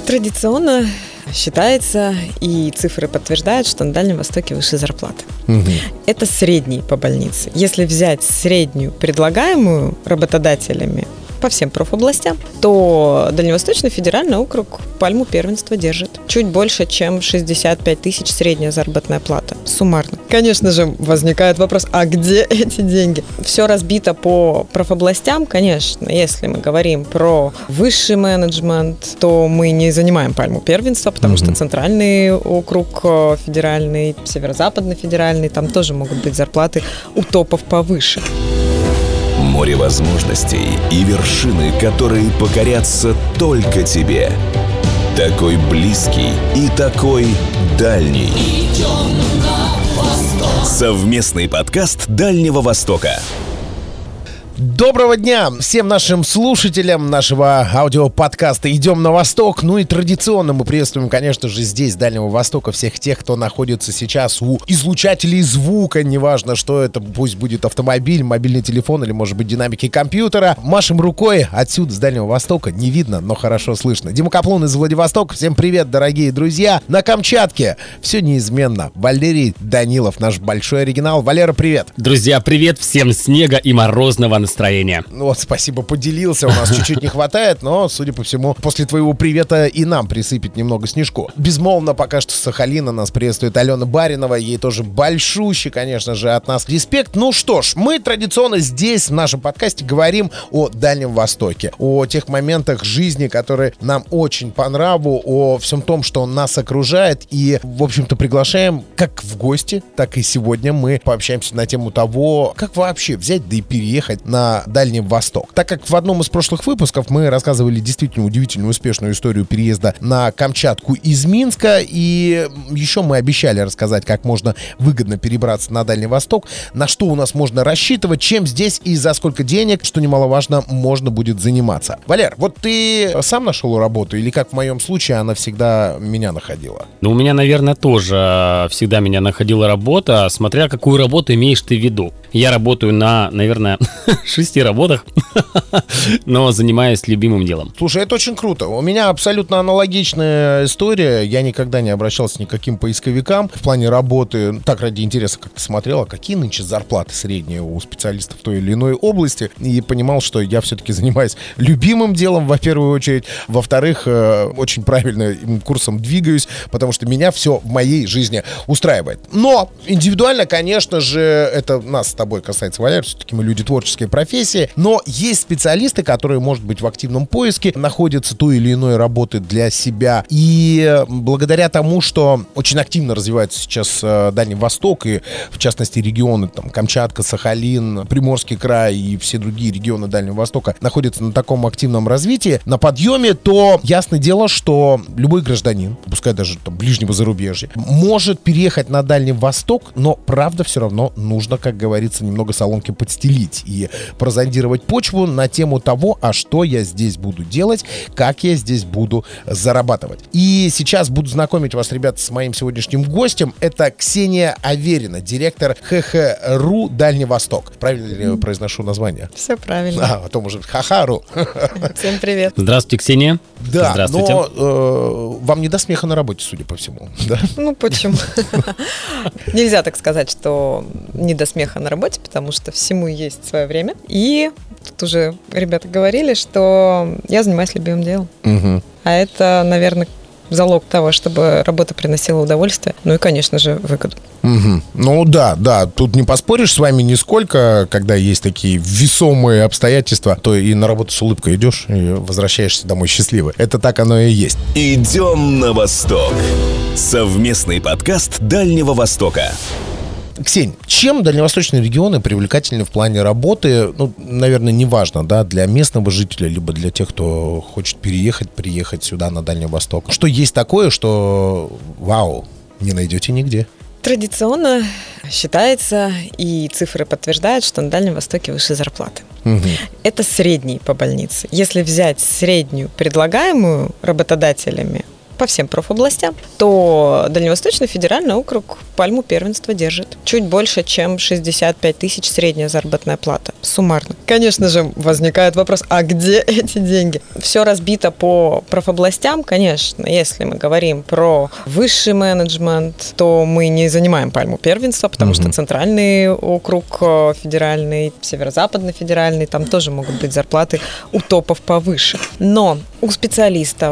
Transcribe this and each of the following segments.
Традиционно считается, и цифры подтверждают, что на Дальнем Востоке выше зарплаты. Это средний по больнице. Если взять среднюю, предлагаемую работодателями по всем профобластям, то Дальневосточный федеральный округ пальму первенства держит. Чуть больше, чем 65 тысяч средняя заработная плата. Суммарно. Конечно же, возникает вопрос, а где эти деньги? Все разбито по профобластям, конечно. Если мы говорим про высший менеджмент, то мы не занимаем пальму первенства, потому что центральный округ федеральный, северо-западный федеральный, там тоже могут быть зарплаты у топов повыше. Море возможностей и вершины, которые покорятся только тебе. Такой близкий и такой дальний. Совместный подкаст Дальнего Востока. Доброго дня всем нашим слушателям нашего аудиоподкаста «Идем на Восток». Ну и традиционно мы приветствуем, конечно же, здесь, с Дальнего Востока, всех тех, кто находится сейчас у излучателей звука. Неважно, что это, пусть будет автомобиль, мобильный телефон или, может быть, динамики компьютера. Машем рукой отсюда, с Дальнего Востока. Не видно, но хорошо слышно. Дима Каплун из Владивостока. Всем привет, дорогие друзья. На Камчатке все неизменно. Валерий Данилов, наш большой оригинал. Валера, привет. Друзья, привет. Всем снега и морозного настроения. Вот, спасибо, поделился. У нас чуть-чуть не хватает, но, судя по всему, после твоего привета и нам присыпет немного снежку. Безмолвно пока что с Сахалина нас приветствует Алена Баринова. Ей тоже большущий, конечно же, от нас респект. Ну что ж, мы традиционно здесь, в нашем подкасте, говорим о Дальнем Востоке, о тех моментах жизни, которые нам очень по нраву, о всем том, что нас окружает. И, в общем-то, приглашаем как в гости, так и сегодня мы пообщаемся на тему того, как вообще взять, да и переехать на Дальний Восток. Так как в одном из прошлых выпусков мы рассказывали действительно удивительную, успешную историю переезда на Камчатку из Минска, и еще мы обещали рассказать, как можно выгодно перебраться на Дальний Восток, на что у нас можно рассчитывать, чем здесь и за сколько денег, что немаловажно, можно будет заниматься. Валер, вот ты сам нашел работу или, как в моем случае, она всегда меня находила? Ну, у меня, наверное, тоже всегда меня находила работа, смотря какую работу имеешь ты в виду. Я работаю на, наверное, 6 работах, но занимаюсь любимым делом. Слушай, это очень круто. У меня абсолютно аналогичная история. Я никогда не обращался к никаким поисковикам в плане работы. Так, ради интереса как-то смотрел, какие нынче зарплаты средние у специалистов в той или иной области. И понимал, что я все-таки занимаюсь любимым делом, во первую очередь. Во-вторых, очень правильно курсом двигаюсь, потому что меня все в моей жизни устраивает. Но индивидуально, конечно же, это нас с тобой касается, Валерий. Все-таки мы люди творческие профессии. Но есть специалисты, которые, может быть, в активном поиске находятся той или иной работы для себя. И благодаря тому, что очень активно развивается сейчас Дальний Восток, и в частности регионы там, Камчатка, Сахалин, Приморский край и все другие регионы Дальнего Востока находятся на таком активном развитии, на подъеме, то ясное дело, что любой гражданин, пускай даже там, ближнего зарубежья, может переехать на Дальний Восток, но правда все равно нужно, как говорится, немного соломки подстелить и прозондировать почву на тему того, а что я здесь буду делать, как я здесь буду зарабатывать. И сейчас буду знакомить вас, ребята, с моим сегодняшним гостем. Это Ксения Аверина, директор ХХ.ру Дальний Восток. Правильно ли я произношу название? Все правильно. А то может ХХ.ру. Всем привет. Здравствуйте, Ксения. Да, здравствуйте. Но вам не до смеха на работе, судя по всему. Да? Ну, почему? Нельзя так сказать, что не до смеха на работе, потому что всему есть свое время. И тут уже ребята говорили, что я занимаюсь любимым делом. А это, наверное, залог того, чтобы работа приносила удовольствие, ну и, конечно же, выгоду. Ну да, тут не поспоришь с вами нисколько, когда есть такие весомые обстоятельства, то и на работу с улыбкой идешь и возвращаешься домой счастливый. Это так оно и есть. «Идем на Восток». Совместный подкаст Дальнего Востока. Ксень, чем дальневосточные регионы привлекательны в плане работы? Ну, наверное, неважно, да, для местного жителя, либо для тех, кто хочет приехать сюда, на Дальний Восток. Что есть такое, что, вау, не найдете нигде? Традиционно считается, и цифры подтверждают, что на Дальнем Востоке выше зарплаты. Это средний по больнице. Если взять среднюю, предлагаемую работодателями по всем профобластям, то Дальневосточный федеральный округ пальму первенства держит. Чуть больше, чем 65 тысяч средняя заработная плата. Суммарно. Конечно же, возникает вопрос, а где эти деньги? Все разбито по профобластям, конечно. Если мы говорим про высший менеджмент, то мы не занимаем пальму первенства, потому что центральный округ федеральный, северо-западный федеральный, там тоже могут быть зарплаты у топов повыше. Но у специалистов,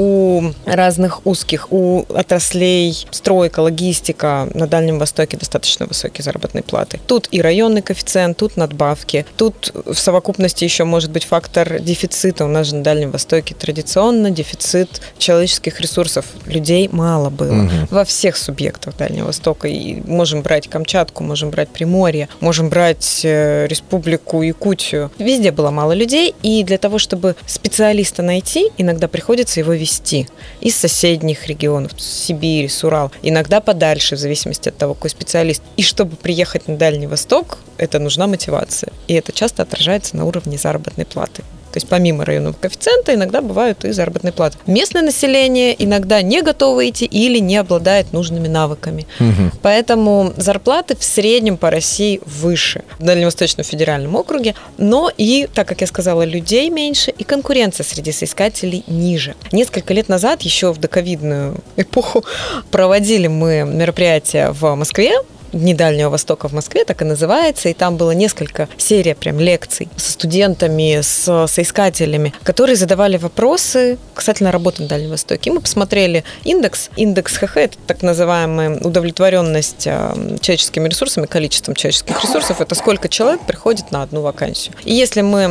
у разных узких, у отраслей стройка, логистика на Дальнем Востоке достаточно высокие заработные платы. Тут и районный коэффициент, тут надбавки, тут в совокупности еще может быть фактор дефицита. У нас же на Дальнем Востоке традиционно дефицит человеческих ресурсов. Людей мало было во всех субъектах Дальнего Востока. И можем брать Камчатку, можем брать Приморье, можем брать Республику Якутию. Везде было мало людей, и для того, чтобы специалиста найти, иногда приходится его везти из соседних регионов, Сибирь, Урал, иногда подальше, в зависимости от того, какой специалист. И чтобы приехать на Дальний Восток, это нужна мотивация. И это часто отражается на уровне заработной платы. То есть помимо районного коэффициента иногда бывают и заработные платы. Местное население иногда не готово идти или не обладает нужными навыками. Поэтому зарплаты в среднем по России выше в Дальневосточном федеральном округе, но и, так как я сказала, людей меньше, и конкуренция среди соискателей ниже. Несколько лет назад, еще в доковидную эпоху, проводили мы мероприятие в Москве, Дни Дальнего Востока в Москве, так и называется, и там было несколько серий прям лекций со студентами, с соискателями, которые задавали вопросы касательно работы на Дальнем Востоке. И мы посмотрели индекс ХХ, это так называемая удовлетворенность человеческими ресурсами, количеством человеческих ресурсов, это сколько человек приходит на одну вакансию. И если мы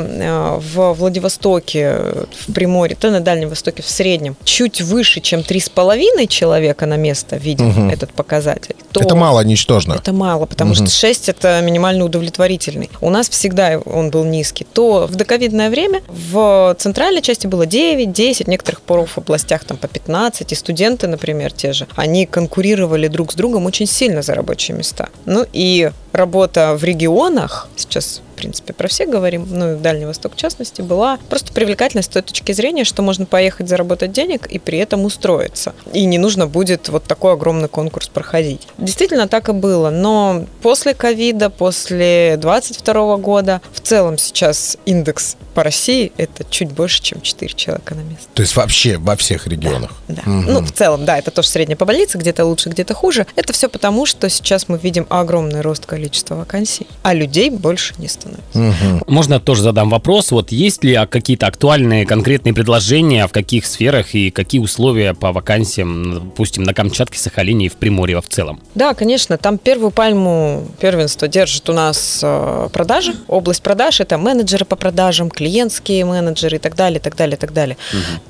в Владивостоке, в Приморье, то на Дальнем Востоке в среднем чуть выше, чем 3,5 человека на место видим этот показатель, то это мало, ничтожно. Это мало, потому что 6 – это минимально удовлетворительный. У нас всегда он был низкий. То в доковидное время в центральной части было 9, 10, в некоторых профобластях там по 15. И студенты, например, те же, они конкурировали друг с другом очень сильно за рабочие места. Ну и работа в регионах, сейчас в принципе про всех говорим, ну и в Дальний Восток в частности, была просто привлекательной с той точки зрения, что можно поехать заработать денег и при этом устроиться. И не нужно будет вот такой огромный конкурс проходить. Действительно так и было, но после ковида, после 2022 года в целом сейчас индекс по России это чуть больше, чем 4 человека на место. То есть вообще во всех регионах? Да. Ну, в целом, да, это тоже среднее по больнице, где-то лучше, где-то хуже. Это все потому, что сейчас мы видим огромный рост количества вакансий, а людей больше не становится. Можно тоже задам вопрос. Вот есть ли какие-то актуальные конкретные предложения, в каких сферах и какие условия по вакансиям, допустим, на Камчатке, Сахалине и в Приморье в целом? Да, конечно. Там первую пальму первенства держит у нас продажи. Область продаж – это менеджеры по продажам, клиентские менеджеры и так далее, так далее, так далее.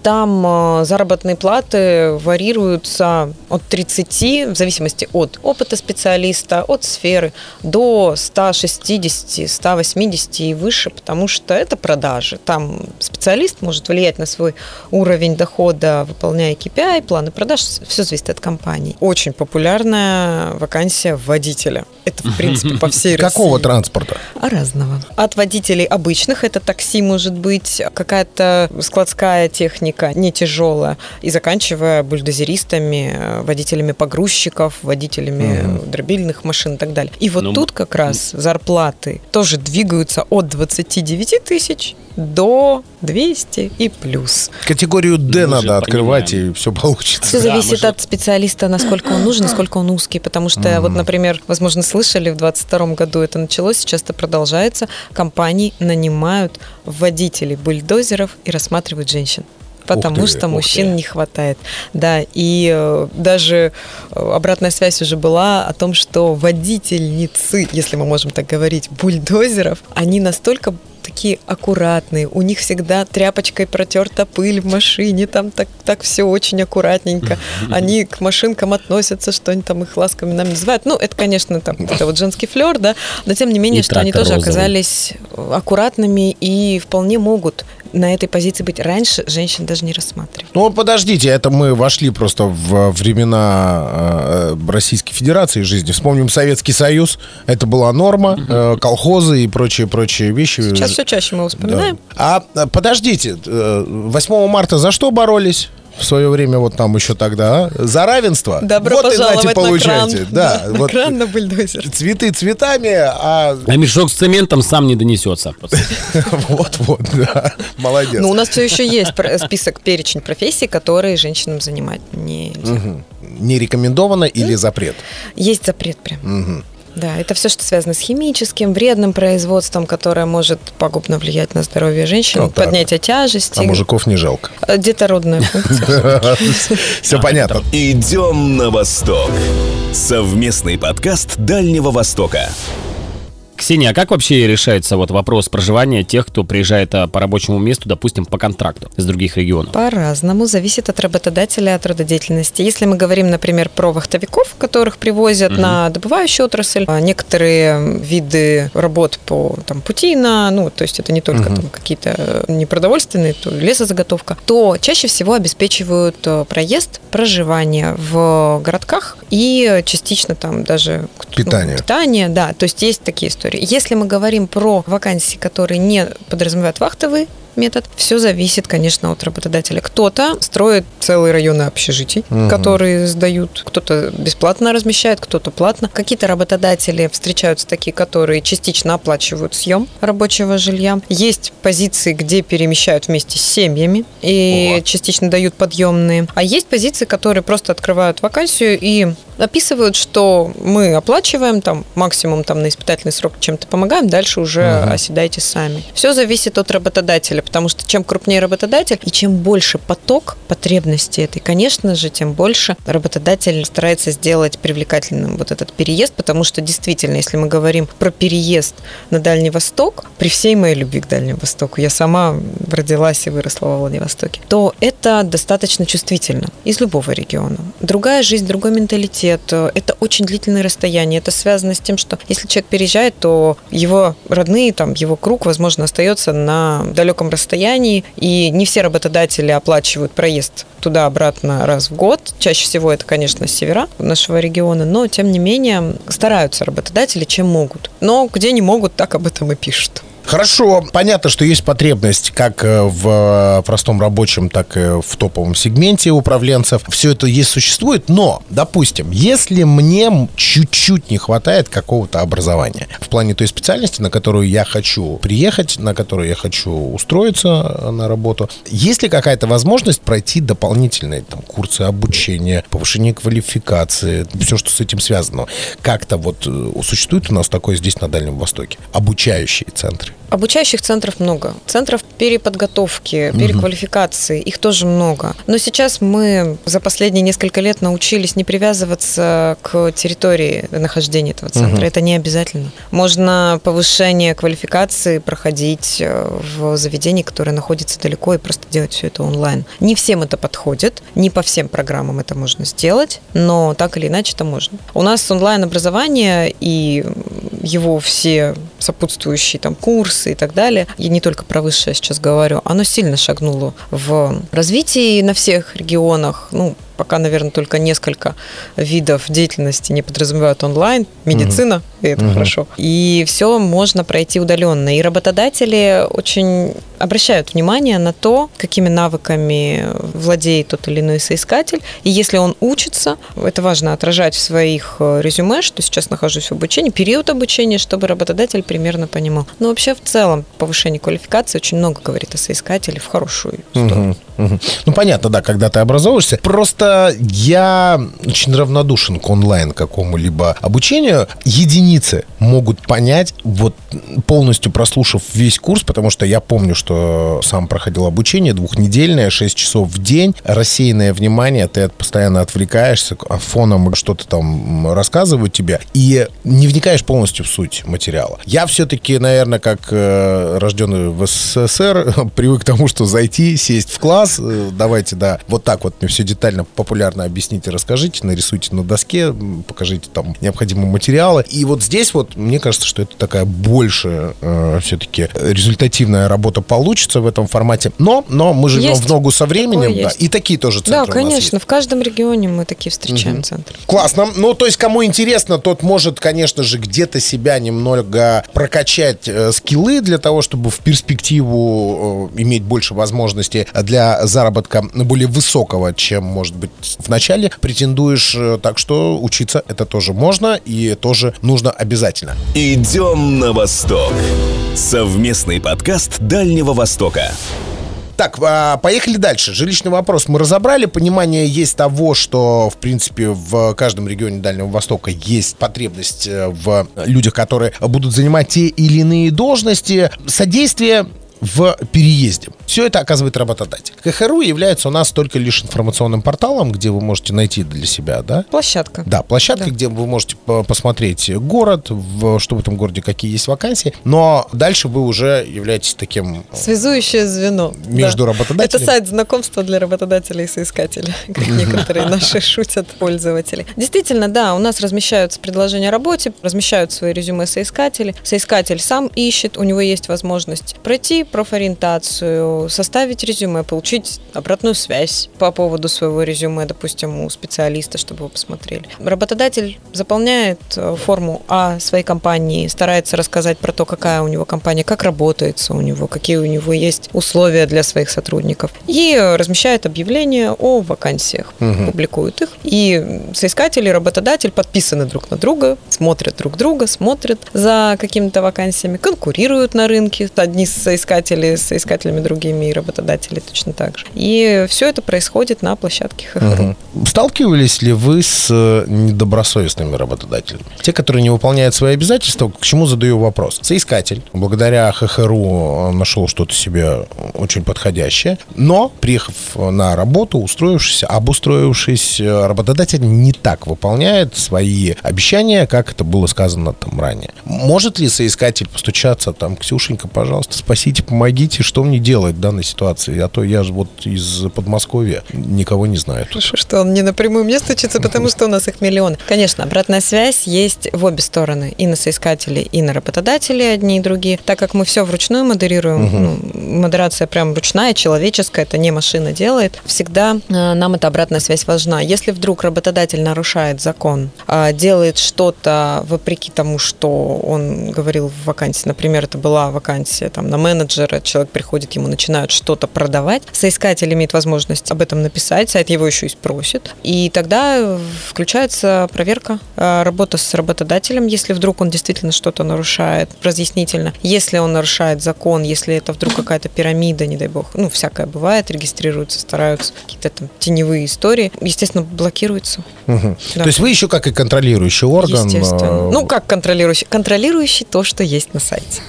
Там заработные платы варьируются от 30, в зависимости от опыта специалиста, от сферы, до 160, 180 и выше, потому что это продажи. Там специалист может влиять на свой уровень дохода, выполняя KPI, планы продаж. Все зависит от компании. Очень популярная вакансия водителя. Это, в принципе, по всей России. Какого транспорта? Разного. От водителей обычных, это такси может быть, какая-то складская техника, не тяжелая, и заканчивая бульдозеристами, водителями погрузчиков, водителями дробильных машин и так далее. И вот тут как раз зарплаты тоже двигаются от 29 тысяч до 200 и плюс. Категорию D надо открывать, и все получится. Все зависит от специалиста, насколько он нужен, насколько он узкий. Потому что, вот, например, возможно, слышали, в 2022 году это началось, сейчас это продолжается. Компании нанимают водителей бульдозеров и рассматривают женщин. Потому что мужчин не хватает. Да, и даже обратная связь уже была о том, что водительницы, если мы можем так говорить, бульдозеров, они настолько такие аккуратные, у них всегда тряпочкой протерта пыль в машине, там так все очень аккуратненько. Они к машинкам относятся, что они там их ласковыми нам называют. Ну, это, конечно, там это вот женский флер, да, но тем не менее, что они тоже оказались аккуратными и вполне могут на этой позиции быть. Раньше женщин даже не рассматривали. Ну, подождите, это мы вошли просто в времена Российской Федерации жизни. Вспомним Советский Союз, это была норма, колхозы и прочие вещи. Сейчас все чаще мы его вспоминаем. Да. А подождите, 8 марта за что боролись? в свое время вот там еще тогда, за равенство. Добро вот пожаловать и нате, получайте. на кран. Да, На вот кран, на бульдозер. цветы цветами, а мешок с цементом сам не донесется. вот, да, молодец. Ну, у нас все еще есть список, перечень профессий, которые женщинам занимать нельзя. Не рекомендовано или запрет? Есть запрет прям. Да, это все, что связано с химическим, вредным производством, которое может пагубно влиять на здоровье женщин, Вот так. поднятие тяжести. А мужиков не жалко. Детородная функция. Все понятно. Идем на восток. Совместный подкаст Дальнего Востока. Ксения, а как вообще решается вот вопрос проживания тех, кто приезжает по рабочему месту, допустим, по контракту из других регионов? По-разному, зависит от работодателя, от трудодеятельности. Если мы говорим, например, про вахтовиков, которых привозят на добывающую отрасль, некоторые виды работ по пути то есть это не только какие-то непродовольственные, то лесозаготовка, то чаще всего обеспечивают проезд, проживание в городках и частично там даже питание, да, то есть есть такие истории. Если мы говорим про вакансии, которые не подразумевают вахтовый метод, все зависит, конечно, от работодателя. Кто-то строит целые районы общежитий, которые сдают, кто-то бесплатно размещает, кто-то платно. Какие-то работодатели встречаются такие, которые частично оплачивают съем рабочего жилья. Есть позиции, где перемещают вместе с семьями и частично дают подъемные. А есть позиции, которые просто открывают вакансию и описывают, что мы оплачиваем максимум на испытательный срок чем-то помогаем, дальше уже оседайте сами. Все зависит от работодателя, потому что чем крупнее работодатель и чем больше поток потребности этой, конечно же, тем больше работодатель старается сделать привлекательным вот этот переезд, потому что действительно, если мы говорим про переезд на Дальний Восток, при всей моей любви к Дальнему Востоку, я сама родилась и выросла во Владивостоке, то это достаточно чувствительно из любого региона. Другая жизнь, другой менталитет, это очень длительное расстояние, это связано с тем, что если человек переезжает, то его родные, его круг, возможно, остается на далеком расстоянии, и не все работодатели оплачивают проезд туда-обратно раз в год. Чаще всего это, конечно, севера нашего региона, но, тем не менее, стараются работодатели, чем могут. Но где не могут, так об этом и пишут. Хорошо, понятно, что есть потребность как в простом рабочем, так и в топовом сегменте управленцев. Все это существует, но, допустим, если мне чуть-чуть не хватает какого-то образования в плане той специальности, на которую я хочу приехать, на которую я хочу устроиться на работу, есть ли какая-то возможность пройти дополнительные курсы обучения, повышение квалификации, все, что с этим связано? Как-то существует у нас такое здесь на Дальнем Востоке? Обучающие центры. Обучающих центров много. Центров переподготовки, переквалификации, их тоже много. Но сейчас мы за последние несколько лет научились не привязываться к территории нахождения этого центра. Это не обязательно. Можно повышение квалификации проходить в заведении, которое находится далеко, и просто делать все это онлайн. Не всем это подходит, не по всем программам это можно сделать, но так или иначе это можно. У нас онлайн-образование и его все сопутствующие курсы и так далее, я не только про высшее сейчас говорю, оно сильно шагнуло в развитии на всех регионах. Пока, наверное, только несколько видов деятельности не подразумевают онлайн, медицина, и это хорошо. И все можно пройти удаленно. И работодатели очень обращают внимание на то, какими навыками владеет тот или иной соискатель. И если он учится, это важно отражать в своих резюме, что сейчас нахожусь в обучении, период обучения, чтобы работодатель примерно понимал. Но вообще в целом повышение квалификации очень много говорит о соискателе в хорошую сторону. Понятно, да, когда ты образовываешься. Просто я очень равнодушен к онлайн какому-либо обучению. Единицы могут понять, полностью прослушав весь курс, потому что я помню, что сам проходил обучение двухнедельное, 6 часов в день, рассеянное внимание, ты постоянно отвлекаешься, а фоном что-то там рассказывают тебе, и не вникаешь полностью в суть материала. Я все-таки, наверное, как рожденный в СССР, привык к тому, что зайти, сесть в класс, давайте, да, вот так вот мне все детально популярно объясните, расскажите, нарисуйте на доске, покажите там необходимые материалы. И вот здесь вот, мне кажется, что это такая больше все-таки результативная работа получится в этом формате. Но мы живем в ногу со временем, да, и такие тоже центры. Да, конечно, в каждом регионе мы такие встречаем центры. Классно. Ну, то есть, кому интересно, тот может, конечно же, где-то себя немного прокачать скиллы для того, чтобы в перспективу иметь больше возможностей для заработка более высокого, чем, может быть, в начале претендуешь. Так что учиться это тоже можно и тоже нужно обязательно. Идем на восток. Совместный подкаст Дальнего Востока. Так, поехали дальше. Жилищный вопрос мы разобрали. Понимание есть того, что, в принципе, в каждом регионе Дальнего Востока есть потребность в людях, которые будут занимать те или иные должности. Содействие в переезде. Все это оказывает работодатель. ХХРУ является у нас только лишь информационным порталом, где вы можете найти для себя, да? Площадка. Да, площадка, да, где вы можете посмотреть город, что в этом городе, какие есть вакансии, но дальше вы уже являетесь таким... Связующее звено. Между работодателями. Это сайт знакомства для работодателей и соискателей, как некоторые наши шутят пользователи. Действительно, да, у нас размещаются предложения о работе, размещают свои резюме соискатели. Соискатель сам ищет, у него есть возможность пройти профориентацию, составить резюме, получить обратную связь по поводу своего резюме, допустим, у специалиста, чтобы его посмотрели. Работодатель заполняет форму о своей компании, старается рассказать про то, какая у него компания, как работается у него, какие у него есть условия для своих сотрудников. И размещает объявления о вакансиях, публикует их. И соискатель и работодатель подписаны друг на друга, смотрят друг друга, смотрят за какими-то вакансиями, конкурируют на рынке. Одни соискатели с соискателями другими и работодатели точно так же. И все это происходит на площадке ХХРУ. Сталкивались ли вы с недобросовестными работодателями? Те, которые не выполняют свои обязательства, к чему задаю вопрос? Соискатель благодаря ХХРУ нашел что-то себе очень подходящее, но, приехав на работу, обустроившись, работодатель не так выполняет свои обещания, как это было сказано там ранее. Может ли соискатель постучаться там: Ксюшенька, пожалуйста, спасите, помогите, что мне делать в данной ситуации? А то я же вот из Подмосковья, никого не знаю. Хорошо, что он не напрямую мне стучится, потому что у нас их миллионы. Конечно, обратная связь есть в обе стороны. И на соискателей, и на работодателей, одни и другие. Так как мы все вручную модерируем, модерация прям ручная, человеческая, это не машина делает, всегда нам эта обратная связь важна. Если вдруг работодатель нарушает закон, делает что-то вопреки тому, что он говорил в вакансии, например, это была вакансия там, на менеджера, человек приходит, ему начинают что-то продавать, соискатель имеет возможность об этом написать, сайт его еще и спросит, и тогда включается проверка, работа с работодателем, если вдруг он действительно что-то нарушает, разъяснительно. Если он нарушает закон, если это вдруг какая-то пирамида, не дай бог, всякое бывает, регистрируются, стараются, какие-то там теневые истории, естественно, блокируются. Да. То есть вы еще как и контролирующий орган? Естественно. Как контролирующий? Контролирующий то, что есть на сайте.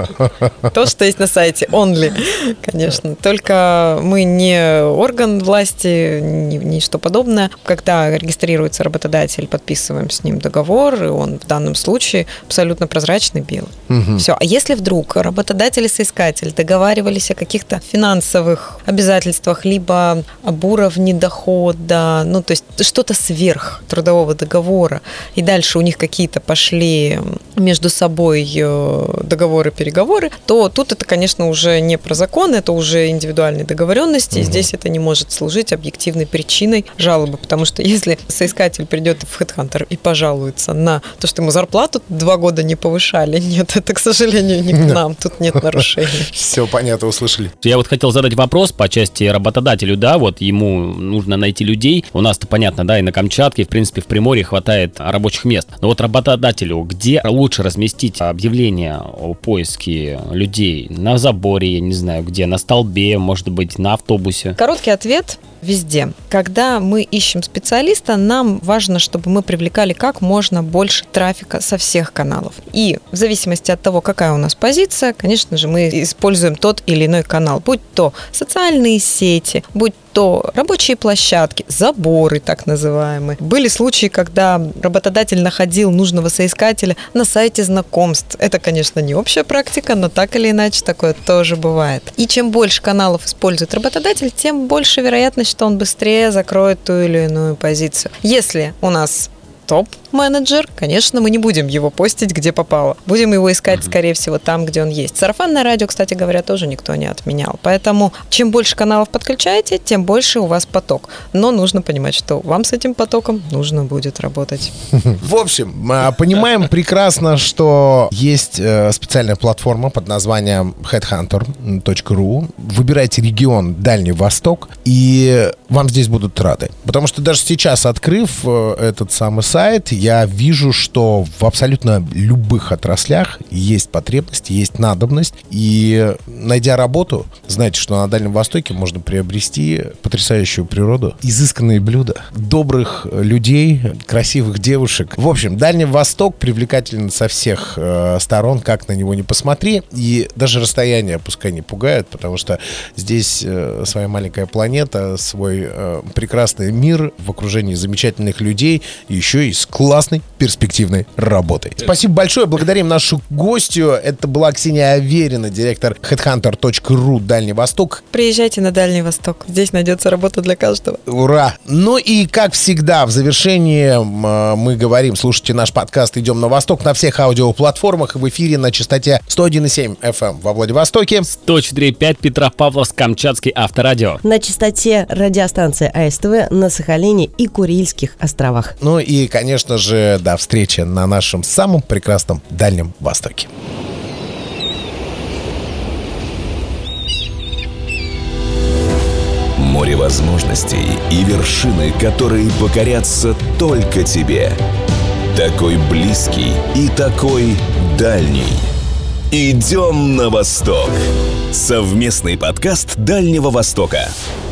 То, что есть на сайте, only, конечно. Только мы не орган власти, ничто подобное. Когда регистрируется работодатель, подписываем с ним договор, и он в данном случае абсолютно прозрачный, белый. Все. А если вдруг работодатель и соискатель договаривались о каких-то финансовых обязательствах, либо об уровне дохода, то есть что-то сверх трудового договора, и дальше у них какие-то пошли между собой договоры-переговоры, то тут это, конечно, уже не про закон, это уже индивидуальные договоренности, и здесь это не может служить объективной причиной жалобы, потому что если соискатель придет в HeadHunter и пожалуется на то, что ему зарплату 2 года не повышали, нет, это, к сожалению, не к нам, тут нет нарушений. Все понятно, услышали. Я вот хотел задать вопрос по части работодателю, да, вот ему нужно найти людей, у нас-то понятно, да, и на Камчатке, в принципе, в Приморье хватает рабочих мест, но вот работодателю, где лучше разместить объявление о поиске людей? На заборе, я не знаю где, на столбе, может быть, на автобусе? Короткий ответ – везде. Когда мы ищем специалиста, нам важно, чтобы мы привлекали как можно больше трафика со всех каналов. И в зависимости от того, какая у нас позиция, конечно же, мы используем тот или иной канал, будь то социальные сети, будь то рабочие площадки, заборы так называемые. Были случаи, когда работодатель находил нужного соискателя на сайте знакомств. Это, конечно, не общая практика, но так или иначе такое тоже бывает. И чем больше каналов использует работодатель, тем больше вероятность, что он быстрее закроет ту или иную позицию. Если у нас топ-менеджер, конечно, мы не будем его постить, где попало. Будем его искать, скорее всего, там, где он есть. Сарафанное радио, кстати говоря, тоже никто не отменял. Поэтому, чем больше каналов подключаете, тем больше у вас поток. Но нужно понимать, что вам с этим потоком нужно будет работать. В общем, понимаем прекрасно, что есть специальная платформа под названием headhunter.ru. Выбирайте регион Дальний Восток, и вам здесь будут рады. Потому что даже сейчас, открыв этот самый сайт, я вижу, что в абсолютно любых отраслях есть потребность, есть надобность. И найдя работу, знаете, что на Дальнем Востоке можно приобрести потрясающую природу, изысканные блюда, добрых людей, красивых девушек. В общем, Дальний Восток привлекателен со всех сторон, как на него не посмотри. И даже расстояние пускай не пугает, потому что здесь своя маленькая планета, свой прекрасный мир в окружении замечательных людей, и еще и с классной перспективной работой. Спасибо большое, благодарим нашу гостью. Это была Ксения Аверина, директор headhunter.ru Дальний Восток. Приезжайте на Дальний Восток, здесь найдется работа для каждого. Ура! Ну и, как всегда, в завершении мы говорим, слушайте наш подкаст «Идем на Восток» на всех аудиоплатформах, в эфире на частоте 101,7 FM во Владивостоке, 104,5 Петропавловск, Камчатский авторадио, на частоте радиостанции АСТВ на Сахалине и Курильских островах. Ну и, конечно же, до встречи на нашем самом прекрасном Дальнем Востоке. Море возможностей и вершины, которые покорятся только тебе. Такой близкий и такой дальний. «Идем на восток» — совместный подкаст Дальнего Востока.